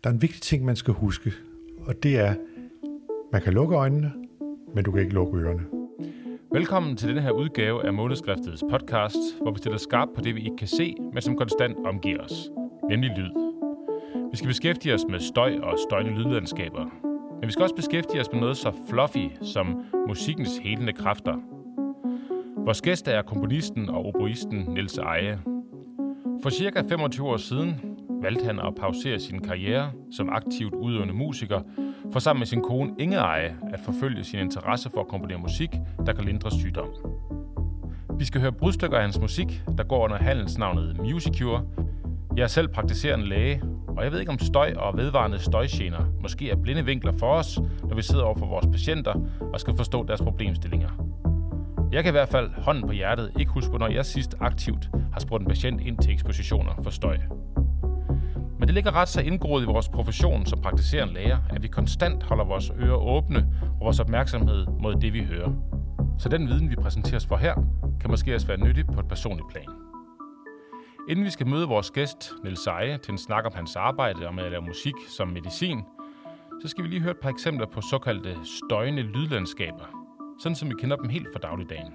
Der er en vigtig ting, man skal huske, og det er, man kan lukke øjnene, men du kan ikke lukke ørerne. Velkommen til denne her udgave af Måneskriftets podcast, hvor vi stiller skarpt på det, vi ikke kan se, men som konstant omgiver os, nemlig lyd. Vi skal beskæftige os med støj og støjende lydlandskaber, men vi skal også beskæftige os med noget så fluffy som musikkens helende kræfter. Vores gæst er komponisten og oboisten Niels Eje. For cirka 25 år siden valgte han at pausere sin karriere som aktivt udøvende musiker, for sammen med sin kone Inge Eje at forfølge sin interesse for at komponere musik, der kan lindre sygdom. Vi skal høre brudstykker af hans musik, der går under handelsnavnet Musicure. Jeg er selv praktiserende læge, og jeg ved ikke om støj og vedvarende støjgener måske er blinde vinkler for os, når vi sidder over for vores patienter og skal forstå deres problemstillinger. Jeg kan i hvert fald hånden på hjertet ikke huske, når jeg sidst aktivt har spurgt en patient ind til ekspositioner for støj. Men det ligger ret så indgroet i vores profession som praktiserende læger, at vi konstant holder vores ører åbne og vores opmærksomhed mod det, vi hører. Så den viden, vi præsenteres for her, kan måske også være nyttig på et personligt plan. Inden vi skal møde vores gæst, Niels Eje, til en snak om hans arbejde og med at lave musik som medicin, så skal vi lige høre et par eksempler på såkaldte støjende lydlandskaber, sådan som vi kender dem helt fra dagligdagen.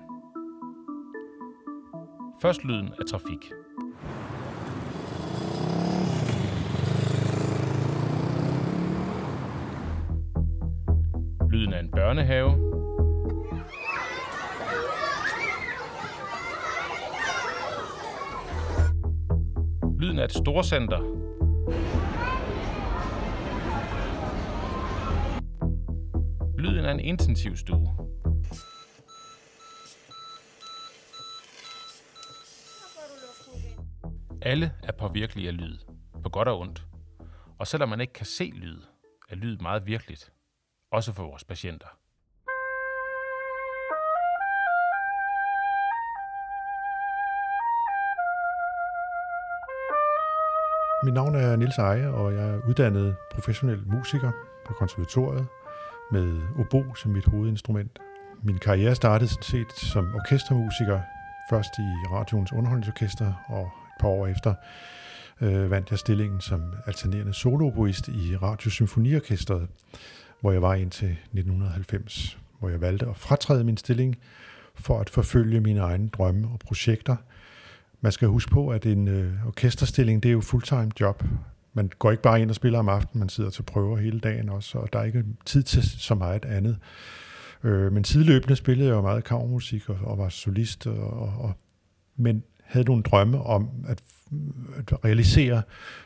Først lyden af trafik. Lyden af en børnehave. Lyden af et storcenter. Lyden af en intensivstue. Alle er påvirkelige af lyd, på godt og ondt. Og selvom man ikke kan se lyd, er lyd meget virkeligt. Også for vores patienter. Mit navn er Niels Eje, og jeg er uddannet professionel musiker på konservatoriet med obo som mit hovedinstrument. Min karriere startede sådan set som orkestermusiker, først i radioens underholdningsorkester, og et par år efter vandt jeg stillingen som alternerende solooboist i Radiosymfoniorkestret, hvor jeg var indtil 1990, hvor jeg valgte at fratræde min stilling for at forfølge mine egne drømme og projekter. Man skal huske på, at en orkesterstilling, det er jo fulltime job. Man går ikke bare ind og spiller om aftenen, man sidder til prøver hele dagen også, og der er ikke tid til så meget andet. Men sideløbende spillede jeg jo meget kammermusik og var solist, men havde nogle drømme om at realisere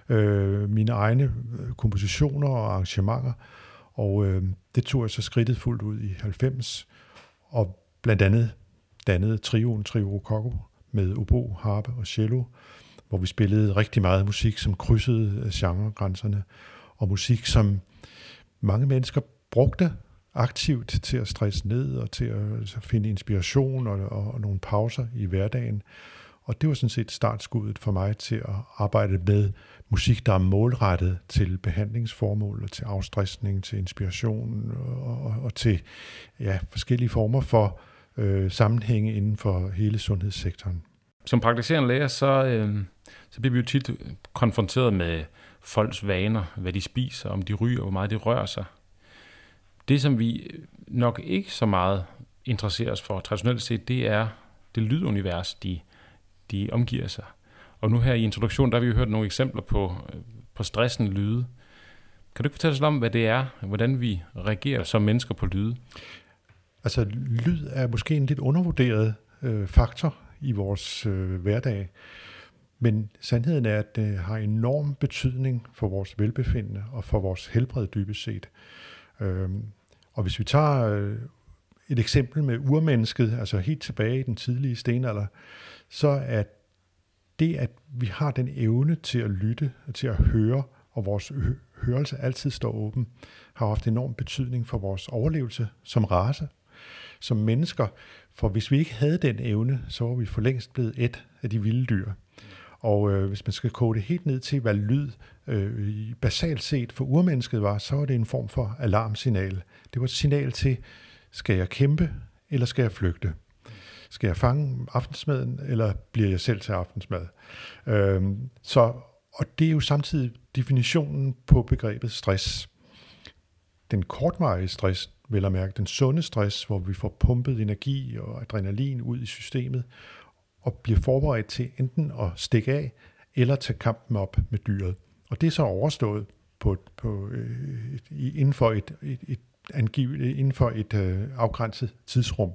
mine egne kompositioner og arrangementer, og det tog jeg så skridtet fuldt ud i 90, og blandt andet dannede Trio Rococo med obo, harpe og cello, hvor vi spillede rigtig meget musik, som krydsede genregrænserne, og musik, som mange mennesker brugte aktivt til at stresse ned og til at finde inspiration og nogle pauser i hverdagen. Og det var sådan set startskuddet for mig til at arbejde med musik, der er målrettet til behandlingsformål og til afstressning, til inspiration og til forskellige former for sammenhænge inden for hele sundhedssektoren. Som praktiserende læger, så bliver vi jo tit konfronteret med folks vaner, hvad de spiser, om de ryger, hvor meget de rører sig. Det, som vi nok ikke så meget interesserer os for traditionelt set, det er det lydunivers, de omgiver sig. Og nu her i introduktionen, der har vi jo hørt nogle eksempler på stressende lyde. Kan du ikke fortælle os om, hvad det er, hvordan vi reagerer som mennesker på lyde? Altså, lyd er måske en lidt undervurderet faktor i vores hverdag, men sandheden er, at det har enorm betydning for vores velbefindende og for vores helbred dybest set. Og hvis vi tager et eksempel med urmennesket, altså helt tilbage i den tidlige stenalder, så er det, at vi har den evne til at lytte, til at høre, og vores hørelse altid står åben, har haft enorm betydning for vores overlevelse som race, som mennesker. For hvis vi ikke havde den evne, så var vi for længst blevet et af de vilde dyr. Og hvis man skal koge det helt ned til, hvad lyd basalt set for urmennesket var, så var det en form for alarmsignal. Det var et signal til, skal jeg kæmpe, eller skal jeg flygte? Skal jeg fange aftensmaden, eller bliver jeg selv til aftensmad? Så Og det er jo samtidig definitionen på begrebet stress. Den kortvarige stress, vel at mærke den sunde stress, hvor vi får pumpet energi og adrenalin ud i systemet, og bliver forberedt til enten at stikke af, eller tage kampen op med dyret. Og det er så overstået inden for et afgrænset tidsrum.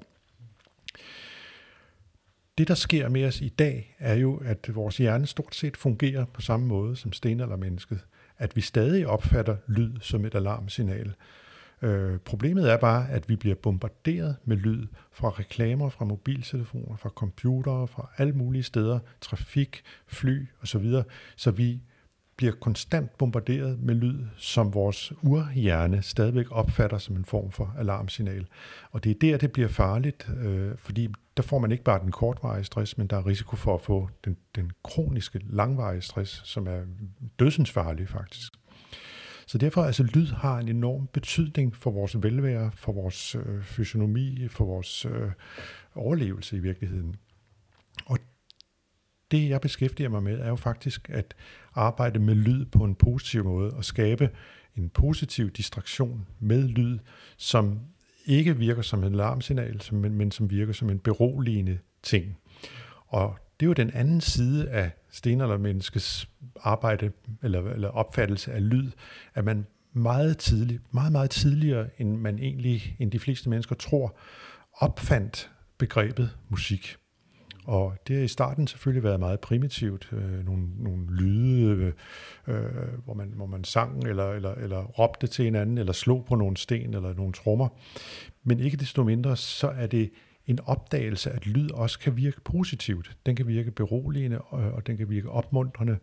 Det, der sker med os i dag, er jo, at vores hjerne stort set fungerer på samme måde som stenaldermennesket. At vi stadig opfatter lyd som et alarmsignal. Problemet er bare, at vi bliver bombarderet med lyd fra reklamer, fra mobiltelefoner, fra computere, fra alle mulige steder, trafik, fly osv., så vi bliver konstant bombarderet med lyd, som vores urhjerne stadigvæk opfatter som en form for alarmsignal. Og det er der, det bliver farligt, fordi der får man ikke bare den kortvarige stress, men der er risiko for at få den kroniske, langvarige stress, som er dødsensfarlig faktisk. Så derfor, altså lyd har en enorm betydning for vores velvære, for vores fysionomi, for vores overlevelse i virkeligheden. Og det, jeg beskæftiger mig med, er jo faktisk at arbejde med lyd på en positiv måde og skabe en positiv distraktion med lyd, som ikke virker som en alarmsignal, men som virker som en beroligende ting. Og det er jo den anden side af stenaldermenneskets arbejde eller opfattelse af lyd, at man meget tidligere, end de fleste mennesker tror, opfandt begrebet musik. Og det har i starten selvfølgelig været meget primitivt. Nogle lyde, hvor man sang eller råbte til hinanden, eller slog på nogle sten eller nogle trommer. Men ikke desto mindre, så er det en opdagelse, at lyd også kan virke positivt. Den kan virke beroligende, og den kan virke opmuntrende.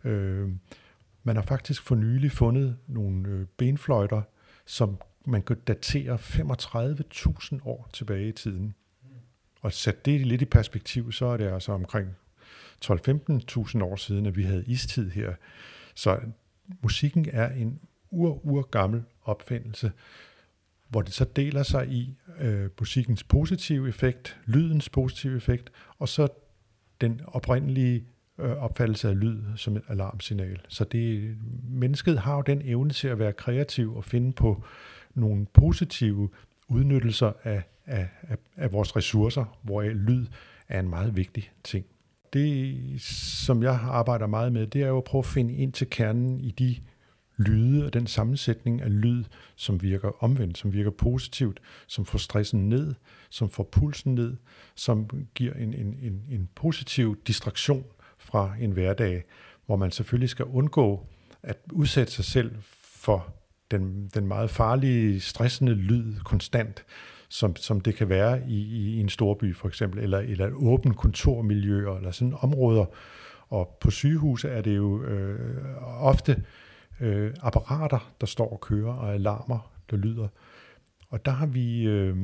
Man har faktisk for nylig fundet nogle benfløjter, som man kan datere 35.000 år tilbage i tiden. Og sætte det lidt i perspektiv, så er det altså omkring 12-15.000 år siden, at vi havde istid her. Så musikken er en urgammel opfindelse, hvor det så deler sig i musikkens positive effekt, lydens positive effekt, og så den oprindelige opfattelse af lyd som et alarmsignal. Så mennesket har jo den evne til at være kreativ og finde på nogle positive udnyttelser af vores ressourcer, hvor lyd er en meget vigtig ting. Det, som jeg arbejder meget med, det er jo at prøve at finde ind til kernen i de lyde og den sammensætning af lyd, som virker omvendt, som virker positivt, som får stressen ned, som får pulsen ned, som giver en positiv distraktion fra en hverdag, hvor man selvfølgelig skal undgå at udsætte sig selv for den meget farlige, stressende lyd konstant, som det kan være i en storby for eksempel, eller et åbent kontormiljø, eller sådan områder. Og på sygehuse er det jo ofte apparater, der står og kører, og alarmer, der lyder. Og der har vi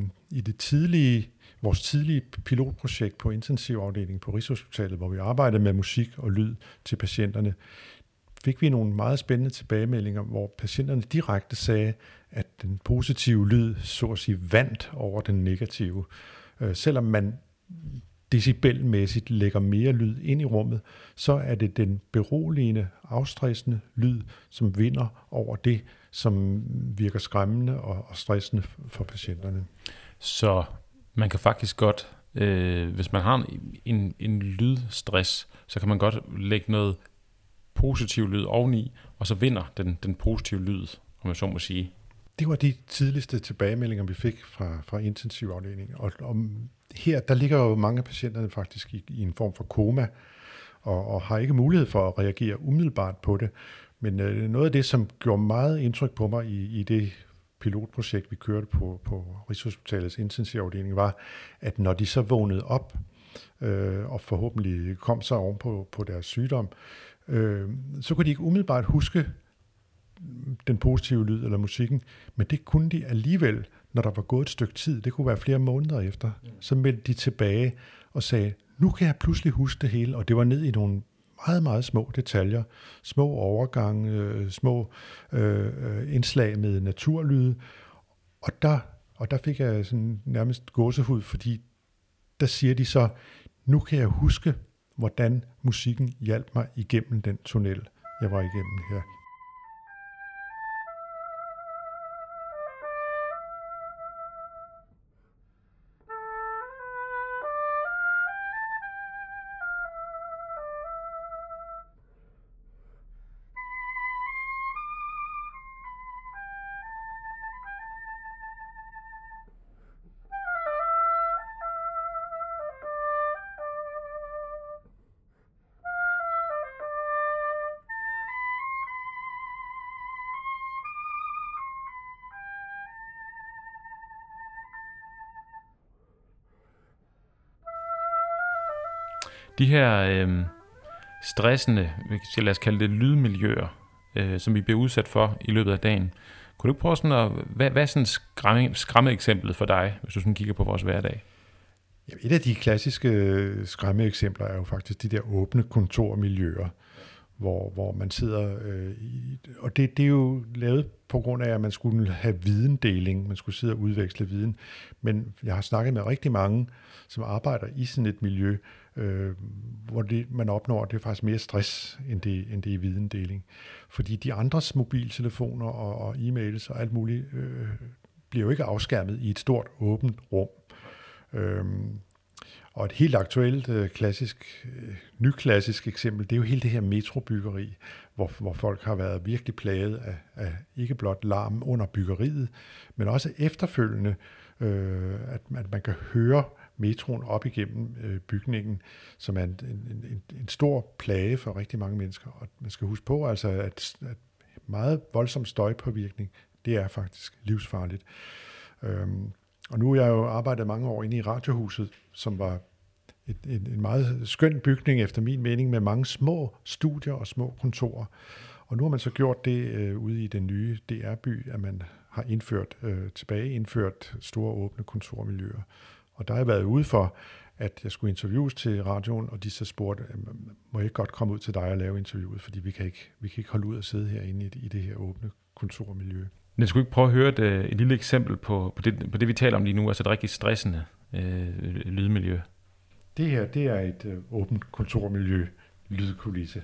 i vores tidlige pilotprojekt på intensivafdelingen på Rigshospitalet, hvor vi arbejdede med musik og lyd til patienterne, fik vi nogle meget spændende tilbagemeldinger, hvor patienterne direkte sagde, at den positive lyd så at sige vandt over den negative. Selvom man decibelmæssigt lægger mere lyd ind i rummet, så er det den beroligende, afstressende lyd, som vinder over det, som virker skræmmende og stressende for patienterne. Så man kan faktisk godt, hvis man har en lydstress, så kan man godt lægge noget positiv lyd oveni, og så vinder den positive lyd, om jeg så må sige. Det var de tidligste tilbagemeldinger, vi fik fra intensivafdelingen. Og her, der ligger jo mange af patienterne faktisk i en form for koma, og har ikke mulighed for at reagere umiddelbart på det. Men noget af det, som gjorde meget indtryk på mig i det pilotprojekt, vi kørte på Rigshospitalets intensivafdeling, var, at når de så vågnede op, og forhåbentlig kom sig oven på deres sygdom, så kunne de ikke umiddelbart huske den positive lyd eller musikken, men det kunne de alligevel, når der var gået et stykke tid, det kunne være flere måneder efter, så meldte de tilbage og sagde, nu kan jeg pludselig huske det hele, og det var ned i nogle meget, meget små detaljer, små overgange, små indslag med naturlyde, og der fik jeg sådan nærmest gåsehud, fordi der siger de så, nu kan jeg huske, hvordan musikken hjalp mig igennem den tunnel, jeg var igennem her. De her stressende, lad os kalde det lydmiljøer, som vi bliver udsat for i løbet af dagen. Kunne du prøve hvad er sådan skræmmeeksemplet for dig, hvis du sådan kigger på vores hverdag? Jamen, et af de klassiske skræmmeeksempler er jo faktisk de der åbne kontormiljøer, hvor man sidder og det er jo lavet på grund af, at man skulle have videndeling, man skulle sidde og udveksle viden. Men jeg har snakket med rigtig mange, som arbejder i sådan et miljø, hvor det, man opnår, det er faktisk mere stress, end det er videndeling. Fordi de andres mobiltelefoner og e-mails og alt muligt bliver jo ikke afskærmet i et stort, åbent rum. Og et helt aktuelt, nyklassisk eksempel, det er jo hele det her metrobyggeri, hvor folk har været virkelig plaget af ikke blot larm under byggeriet, men også efterfølgende, at man kan høre metroen op igennem bygningen, som er en stor plage for rigtig mange mennesker. Og man skal huske på, altså, at meget voldsom støjpåvirkning, det er faktisk livsfarligt. Og nu har jeg jo arbejdet mange år inde i Radiohuset, som var en meget skøn bygning efter min mening, med mange små studier og små kontorer. Og nu har man så gjort det ude i den nye DR-by, at man har indført store åbne kontormiljøer. Og der har jeg været ude for, at jeg skulle interviews til radioen, og de så spurgte, må jeg ikke godt komme ud til dig og lave interviewet, fordi vi kan ikke holde ud og sidde herinde i det her åbne kontormiljø. Men skulle ikke prøve at høre et lille eksempel på det, vi taler om lige nu, altså et rigtig stressende lydmiljø? Det her, det er et åbent kontormiljø, lydkulisse.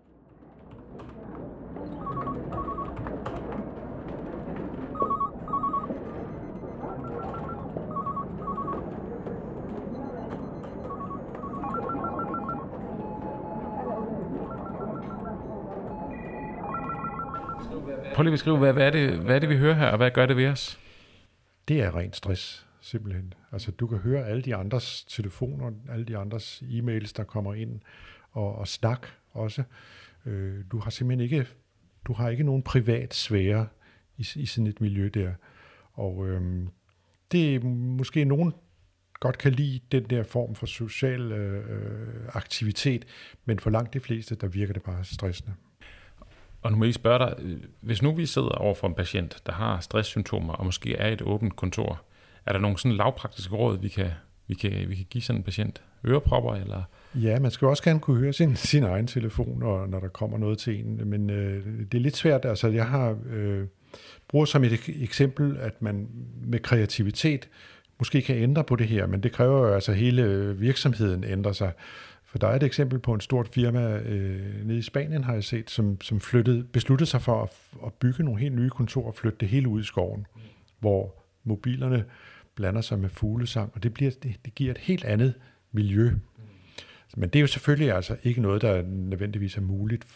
Prøv lige at beskrive, hvad er det, vi hører her, og hvad gør det ved os? Det er rent stress, simpelthen. Altså, du kan høre alle de andres telefoner, alle de andres e-mails, der kommer ind, og snak også. Du har simpelthen ikke nogen privat sfære i sådan et miljø der. Og det er måske nogen godt kan lide den der form for social aktivitet, men for langt de fleste, der virker det bare stressende. Og nu må jeg spørge dig, hvis nu vi sidder over for en patient, der har stresssymptomer, og måske er i et åbent kontor, er der nogle sådan lavpraktiske råd, vi kan give sådan en patient? Ørepropper, eller? Ja, man skal også gerne kunne høre sin egen telefon, når der kommer noget til en, men det er lidt svært. Altså, jeg har bruger som et eksempel, at man med kreativitet måske kan ændre på det her, men det kræver jo altså, hele virksomheden ændrer sig. For der er et eksempel på en stort firma nede i Spanien, har jeg set, som besluttede sig for at bygge nogle helt nye kontorer og flytte det hele ud i skoven, hvor mobilerne blander sig med fuglesang, og det giver et helt andet miljø. Men det er jo selvfølgelig altså ikke noget, der nødvendigvis er muligt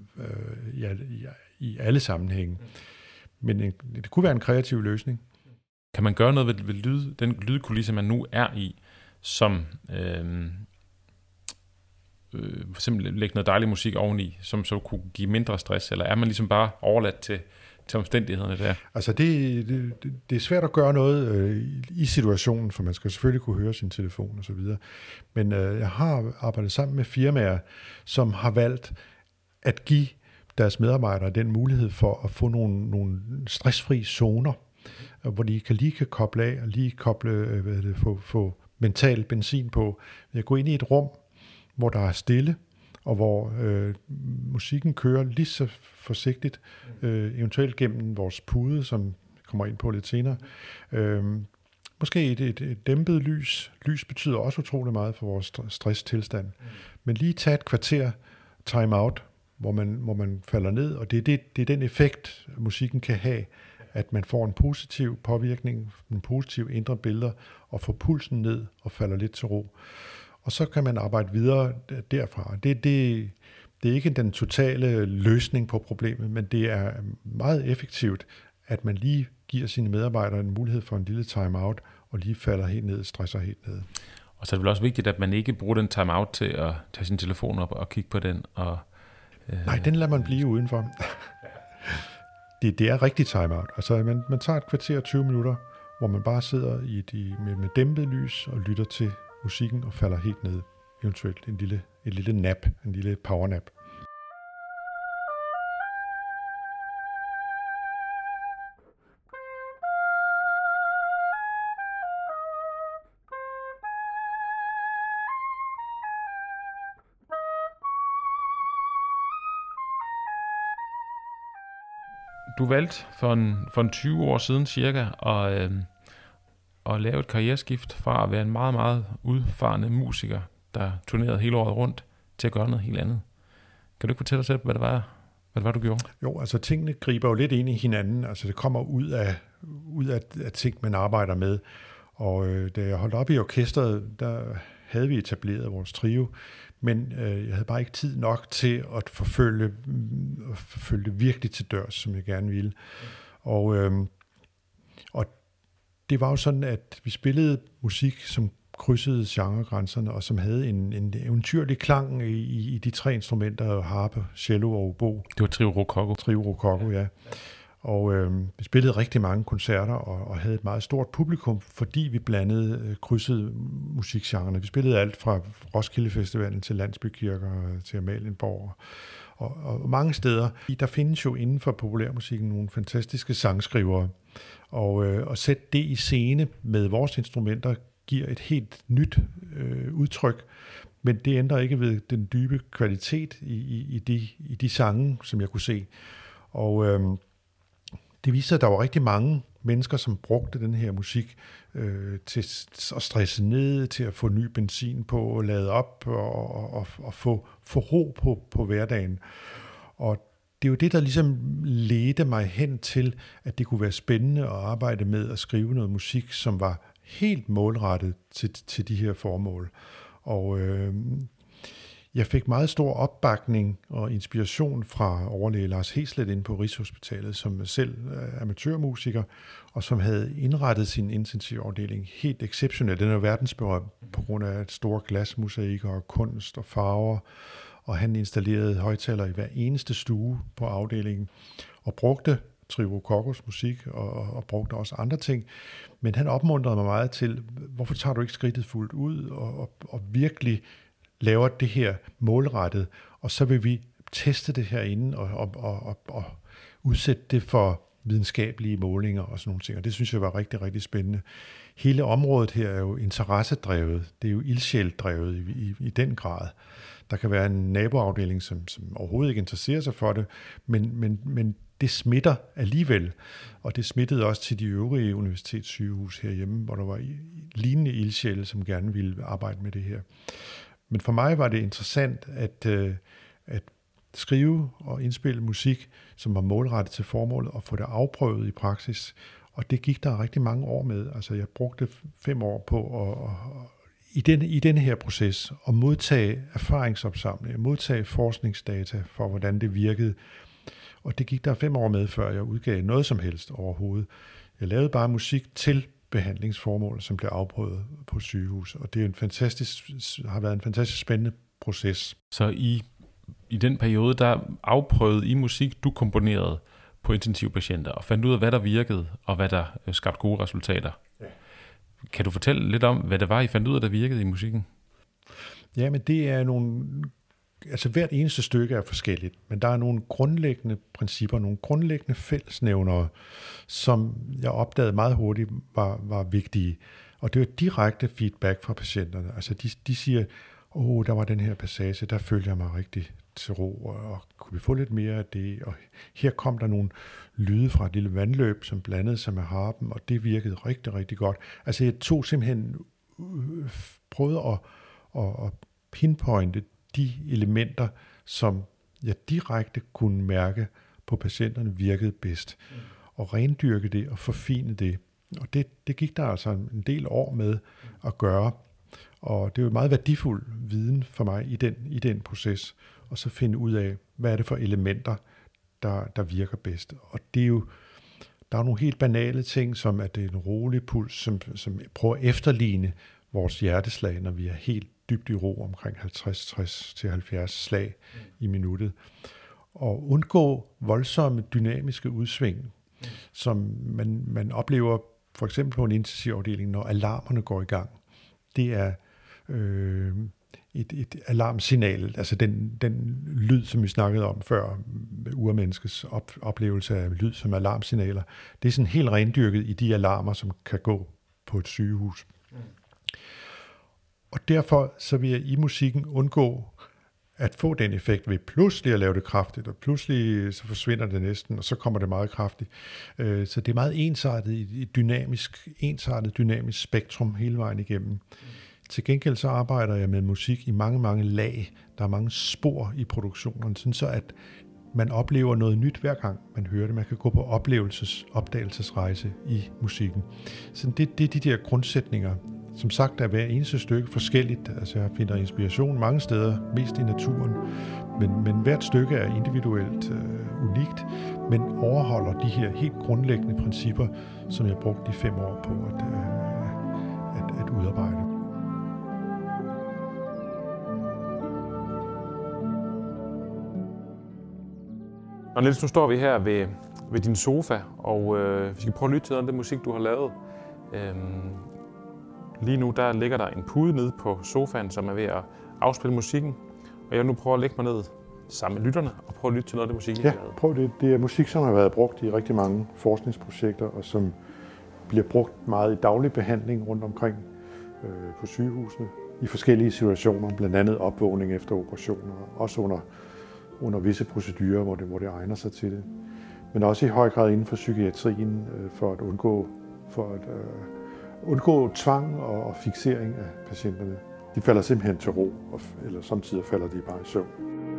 i alle sammenhænge. Men det kunne være en kreativ løsning. Kan man gøre noget ved den lydkulisse, man nu er i, som for eksempel lægge noget dejlig musik oveni, som så kunne give mindre stress, eller er man ligesom bare overladt til omstændighederne der? Altså det er svært at gøre noget i situationen, for man skal selvfølgelig kunne høre sin telefon og så videre. Men jeg har arbejdet sammen med firmaer, som har valgt at give deres medarbejdere den mulighed for at få nogle stressfri zoner, hvor de lige kan koble af og lige få mental benzin på. Jeg går ind i et rum, hvor der er stille, og hvor musikken kører lige så forsigtigt, eventuelt gennem vores pude, som kommer ind på lidt senere. Måske et dæmpet lys. Lys betyder også utrolig meget for vores stresstilstand. Men lige tage et kvarter time out hvor man falder ned, og det er den effekt, musikken kan have, at man får en positiv påvirkning, en positiv indre billeder, og får pulsen ned og falder lidt til ro. Og så kan man arbejde videre derfra. Det er ikke den totale løsning på problemet, men det er meget effektivt, at man lige giver sine medarbejdere en mulighed for en lille time-out, og lige falder helt ned, stresser helt ned. Og så er det vel også vigtigt, at man ikke bruger den time-out til at tage sin telefon op og kigge på den. Nej, den lader man blive udenfor. Det er rigtig time-out. Altså, man tager et kvarter 20 minutter, hvor man bare sidder med dæmpet lys og lytter til musikken og falder helt ned. Eventuelt et lille nap, en lille powernap. Du valgte for en 20 år siden cirka at lave et karriereskift fra at være en meget, meget udfarende musiker, der turnerede hele året rundt, til at gøre noget helt andet. Kan du ikke fortælle os selv, hvad det var, du gjorde? Jo, altså tingene griber jo lidt ind i hinanden. Altså det kommer ud af ting, man arbejder med. Og da jeg holdt op i orkestret, der havde vi etableret vores trio, men jeg havde bare ikke tid nok til at forfølge det virkelig til dørs, som jeg gerne ville. Og det var jo sådan, at vi spillede musik, som krydsede genregrænserne, og som havde en eventyrlig klang i de tre instrumenter, harpe, cello og obo. Det var Trio Rococo. Trio Rococo, ja. Og vi spillede rigtig mange koncerter og havde et meget stort publikum, fordi vi krydsede musikgenrerne. Vi spillede alt fra Roskilde Festivalen til Landsbykirker til Amalienborg og mange steder. Der findes jo inden for populærmusikken nogle fantastiske sangskrivere, og sætte det i scene med vores instrumenter giver et helt nyt udtryk, men det ændrer ikke ved den dybe kvalitet i de sange, som jeg kunne se. Og det viser, at der var rigtig mange mennesker, som brugte den her musik til at stresse ned, til at få ny benzin på, lade op og få ro på hverdagen. Og det er jo det, der ligesom ledte mig hen til, at det kunne være spændende at arbejde med at skrive noget musik, som var helt målrettet til de her formål. Og jeg fik meget stor opbakning og inspiration fra overlæge Lars Heslet inde på Rigshospitalet, som selv er amatørmusiker, og som havde indrettet sin intensivafdeling helt exceptionelt. Den er verdensberømt på grund af store glasmosaikker og kunst og farver, og han installerede højttalere i hver eneste stue på afdelingen, og brugte Trio Rococos musik, og brugte også andre ting. Men han opmuntrede mig meget til, hvorfor tager du ikke skridtet fuldt ud, og virkelig laver det her målrettet, og så vil vi teste det herinde, og udsætte det for videnskabelige målinger og sådan nogle ting, og det synes jeg var rigtig, rigtig spændende. Hele området her er jo interessedrevet, det er jo ildsjældrevet i den grad. Der kan være en naboafdeling, som overhovedet ikke interesserer sig for det, men det smitter alligevel, og det smittede også til de øvrige universitetssygehus herhjemme, hvor der var lignende ildsjæle, som gerne ville arbejde med det her. Men for mig var det interessant at skrive og indspille musik, som var målrettet til formålet, og få det afprøvet i praksis. Og det gik der rigtig mange år med. Altså jeg brugte 5 år på i denne her proces at modtage erfaringsopsamling, modtage forskningsdata for, hvordan det virkede. Og det gik der 5 år med, før jeg udgav noget som helst overhovedet. Jeg lavede bare musik til behandlingsformål, som blev afprøvet på sygehus. Og det er har været en fantastisk spændende proces. Så i den periode, der afprøvede I musik, du komponerede på intensivpatienter, og fandt ud af, hvad der virkede, og hvad der skabte gode resultater. Ja. Kan du fortælle lidt om, hvad det var, I fandt ud af, der virkede i musikken? Ja, men det er nogle... Altså hvert eneste stykke er forskelligt, men der er nogle grundlæggende principper, nogle grundlæggende fællesnævnere, som jeg opdagede meget hurtigt var vigtige. Og det var direkte feedback fra patienterne. Altså de siger, der var den her passage, der følte jeg mig rigtig til ro, og kunne vi få lidt mere af det? Og her kom der nogle lyde fra et lille vandløb, som blandede sig med harpen, og det virkede rigtig, rigtig godt. Altså jeg tog simpelthen, prøvede at pinpointe de elementer, som jeg direkte kunne mærke på patienterne virkede bedst. Og rendyrke det og forfine det. Og det gik der altså en del år med at gøre. Og det er jo meget værdifuld viden for mig i den proces. Og så finde ud af, hvad er det for elementer, der virker bedst. Og det er jo, der er nogle helt banale ting, som at det er en rolig puls, som prøver at efterligne vores hjerteslag, når vi er helt dybt i ro omkring 50-60-70 slag i minuttet. Og undgå voldsomme dynamiske udsving, som man oplever for eksempel på en intensivafdeling, når alarmerne går i gang. Det er et alarmsignal, altså den lyd, som vi snakkede om før, med urmenneskets oplevelse af lyd som alarmsignaler, det er sådan helt rendyrket i de alarmer, som kan gå på et sygehus. Og derfor så vil jeg i musikken undgå at få den effekt ved pludselig at lave det kraftigt, og pludselig så forsvinder det næsten, og så kommer det meget kraftigt. Så det er meget ensartet, et dynamisk spektrum hele vejen igennem. Til gengæld så arbejder jeg med musik i mange, mange lag. Der er mange spor i produktionen, sådan så at man oplever noget nyt hver gang man hører det. Man kan gå på opdagelsesrejse i musikken. Så det er de der grundsætninger. Som sagt er hver eneste stykke forskelligt. Altså jeg finder inspiration mange steder, mest i naturen. Men hvert stykke er individuelt unikt, men overholder de her helt grundlæggende principper, som jeg brugte de 5 år på at udarbejde. Og Niels, nu står vi her ved din sofa, og vi skal prøve at lytte til noget af det musik, du har lavet. Lige nu der ligger der en pude nede på sofaen, som er ved at afspille musikken. Og jeg vil nu prøve at lægge mig ned sammen med lytterne og prøve at lytte til noget af det musik, jeg har lavet. Prøv det. Det er musik, som har været brugt i rigtig mange forskningsprojekter, og som bliver brugt meget i daglig behandling rundt omkring på sygehusene i forskellige situationer, blandt andet opvågning efter operationer, også under visse procedurer, hvor det egner sig til det. Men også i høj grad inden for psykiatrien, for at undgå tvang og fiksering af patienterne. De falder simpelthen til ro, eller samtidig falder de bare i søvn.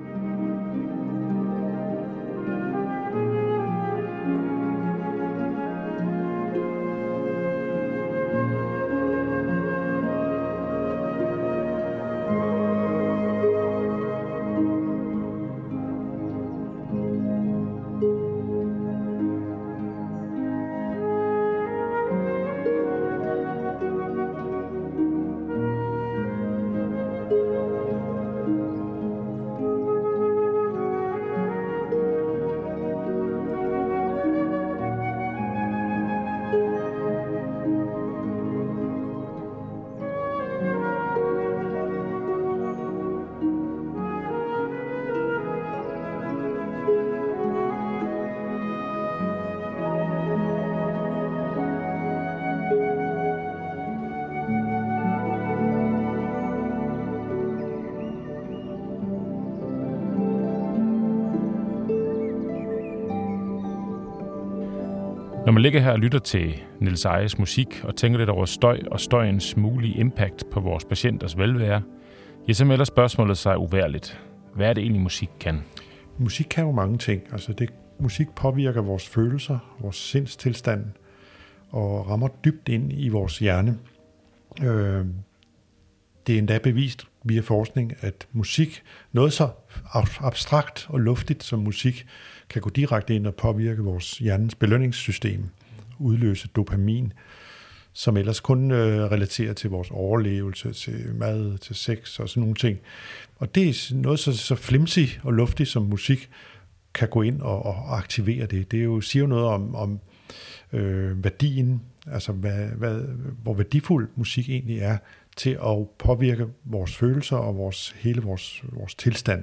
Når man ligger her og lytter til Niels Ejes musik og tænker lidt over støj og støjens mulige impact på vores patienters velvære, ja, så melder spørgsmålet sig uværligt. Hvad er det egentlig, musik kan? Musik kan jo mange ting. Altså musik påvirker vores følelser, vores sindstilstand og rammer dybt ind i vores hjerne. Det er endda bevist via forskning, at musik, noget så abstrakt og luftigt som musik, kan gå direkte ind og påvirke vores hjernens belønningssystem, udløse dopamin, som ellers kun relaterer til vores overlevelse, til mad, til sex og sådan nogle ting. Og det er noget så flimsy og luftigt som musik kan gå ind og aktivere det. Det siger jo noget om værdien, altså hvor værdifuld musik egentlig er til at påvirke vores følelser og hele vores tilstand.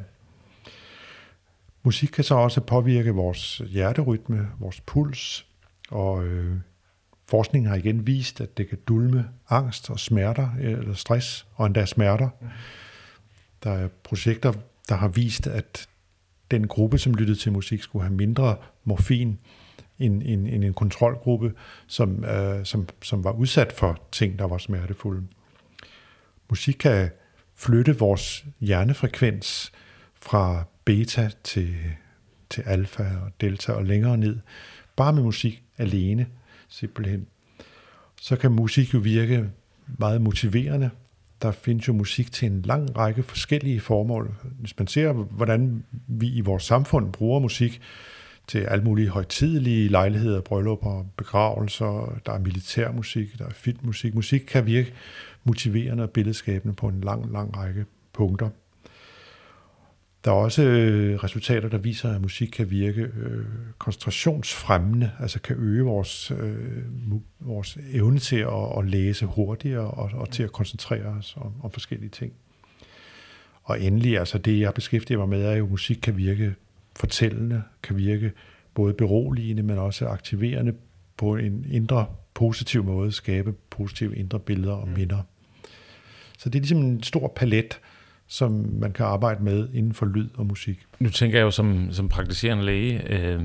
Musik kan så også påvirke vores hjerterytme, vores puls, og forskningen har igen vist, at det kan dulme angst og smerter, eller stress, og endda smerter. Der er projekter, der har vist, at den gruppe, som lyttede til musik, skulle have mindre morfin end en kontrolgruppe, som var udsat for ting, der var smertefulde. Musik kan flytte vores hjernefrekvens fra beta til alfa og delta og længere ned, bare med musik alene, simpelthen. Så kan musik jo virke meget motiverende. Der findes jo musik til en lang række forskellige formål. Hvis man ser, hvordan vi i vores samfund bruger musik til alle mulige højtidelige lejligheder, bryllupper, begravelser, der er militærmusik, der er filmmusik. Musik kan virke motiverende og billedskabende på en lang række punkter. Der er også resultater, der viser, at musik kan virke koncentrationsfremmende, altså kan øge vores evne til at læse hurtigere og til at koncentrere os om forskellige ting. Og endelig, altså det jeg beskæftiger mig med, er jo, at musik kan virke fortællende, kan virke både beroligende, men også aktiverende på en indre positiv måde, skabe positive indre billeder og minder. Så det er ligesom en stor palet, som man kan arbejde med inden for lyd og musik. Nu tænker jeg jo som praktiserende læge,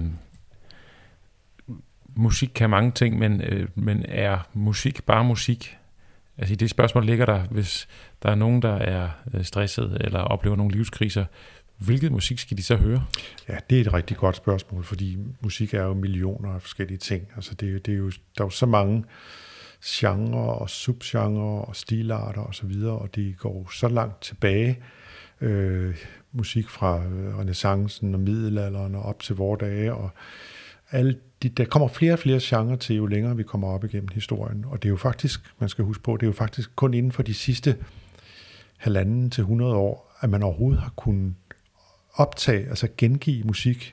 musik kan mange ting, men er musik bare musik? Altså i det spørgsmål ligger der, hvis der er nogen, der er stresset eller oplever nogle livskriser, hvilket musik skal de så høre? Ja, det er et rigtig godt spørgsmål, fordi musik er jo millioner af forskellige ting. Altså der er jo så mange genre og subgenre og stilarter og så videre, og det går så langt tilbage. Musik fra renæssancen og middelalderen og op til vore dage, og der kommer flere og flere genrer til, jo længere vi kommer op igennem historien. Og det er jo faktisk, man skal huske på, det er jo faktisk kun inden for de sidste 1,5 til 100 år, at man overhovedet har kunnet optage, altså gengive musik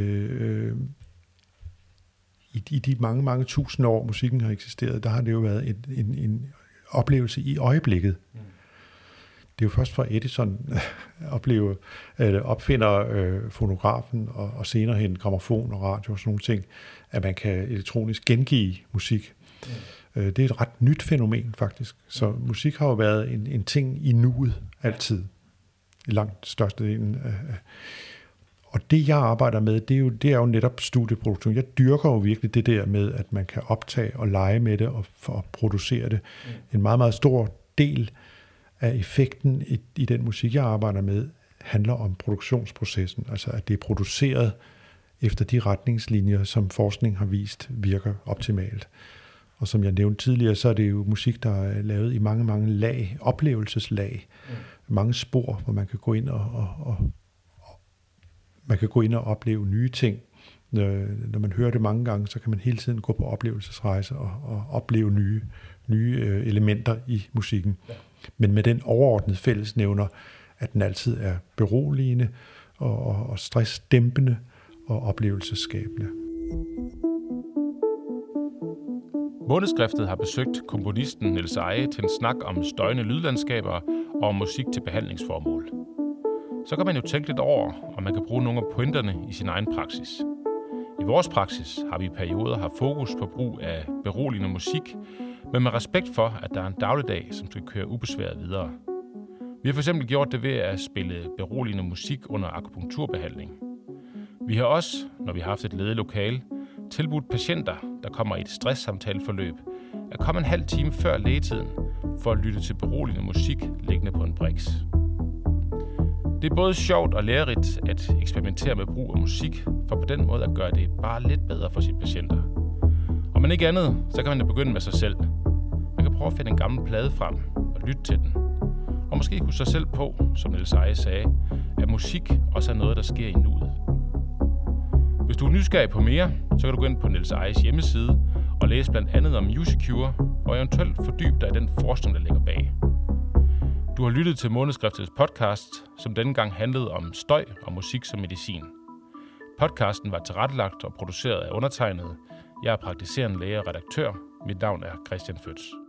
i de mange tusind år, musikken har eksisteret. Der har det jo været en oplevelse i øjeblikket. Det er jo først fra Edison opfinder fonografen og senere hen grammofon og radio og sådan nogle ting, at man kan elektronisk gengive musik. Det er et ret nyt fænomen faktisk. Så musik har jo været en ting i nuet altid. I langt størstedelen. Og det jeg arbejder med, det er jo netop studieproduktion. Jeg dyrker jo virkelig det der med, at man kan optage og lege med det og producere det. En meget stor del af effekten i den musik, jeg arbejder med, handler om produktionsprocessen. Altså at det er produceret efter de retningslinjer, som forskning har vist virker optimalt. Og som jeg nævnte tidligere, så er det jo musik, der er lavet i mange lag, oplevelseslag. Mange spor, hvor man kan gå ind og opleve nye ting. Når man hører det mange gange, så kan man hele tiden gå på oplevelsesrejse og opleve nye elementer i musikken. Men med den overordnede fællesnævner, at den altid er beroligende og stressdæmpende og oplevelsesskabende. Måneskriftet har besøgt komponisten Niels Eje til en snak om støjende lydlandskaber og om musik til behandlingsformål. Så kan man jo tænke lidt over, om man kan bruge nogle af pointerne i sin egen praksis. I vores praksis har vi i perioder haft fokus på brug af beroligende musik, men med respekt for, at der er en dagligdag, som skal køre ubesværet videre. Vi har for eksempel gjort det ved at spille beroligende musik under akupunkturbehandling. Vi har også, når vi har haft et ledigt lokale, tilbudt patienter, der kommer i et stresssamtaleforløb, at komme en halv time før lægetiden for at lytte til beroligende musik liggende på en briks. Det er både sjovt og lærerigt at eksperimentere med brug af musik, for på den måde at gøre det bare lidt bedre for sine patienter. Om man ikke andet, så kan man jo begynde med sig selv. Man kan prøve at finde en gammel plade frem og lytte til den. Og måske huske sig selv på, som Niels Eje sagde, at musik også er noget, der sker i nuet. Hvis du er nysgerrig på mere, så kan du gå ind på Niels Ejes hjemmeside og læse blandt andet om MusiCure og eventuelt fordybe dig i den forskning, der ligger bag. Du har lyttet til Månedsskriftets podcast, som denne gang handlede om støj og musik som medicin. Podcasten var tilrettelagt og produceret af undertegnet. Jeg er praktiserende læge og redaktør. Mit navn er Christian Føtz.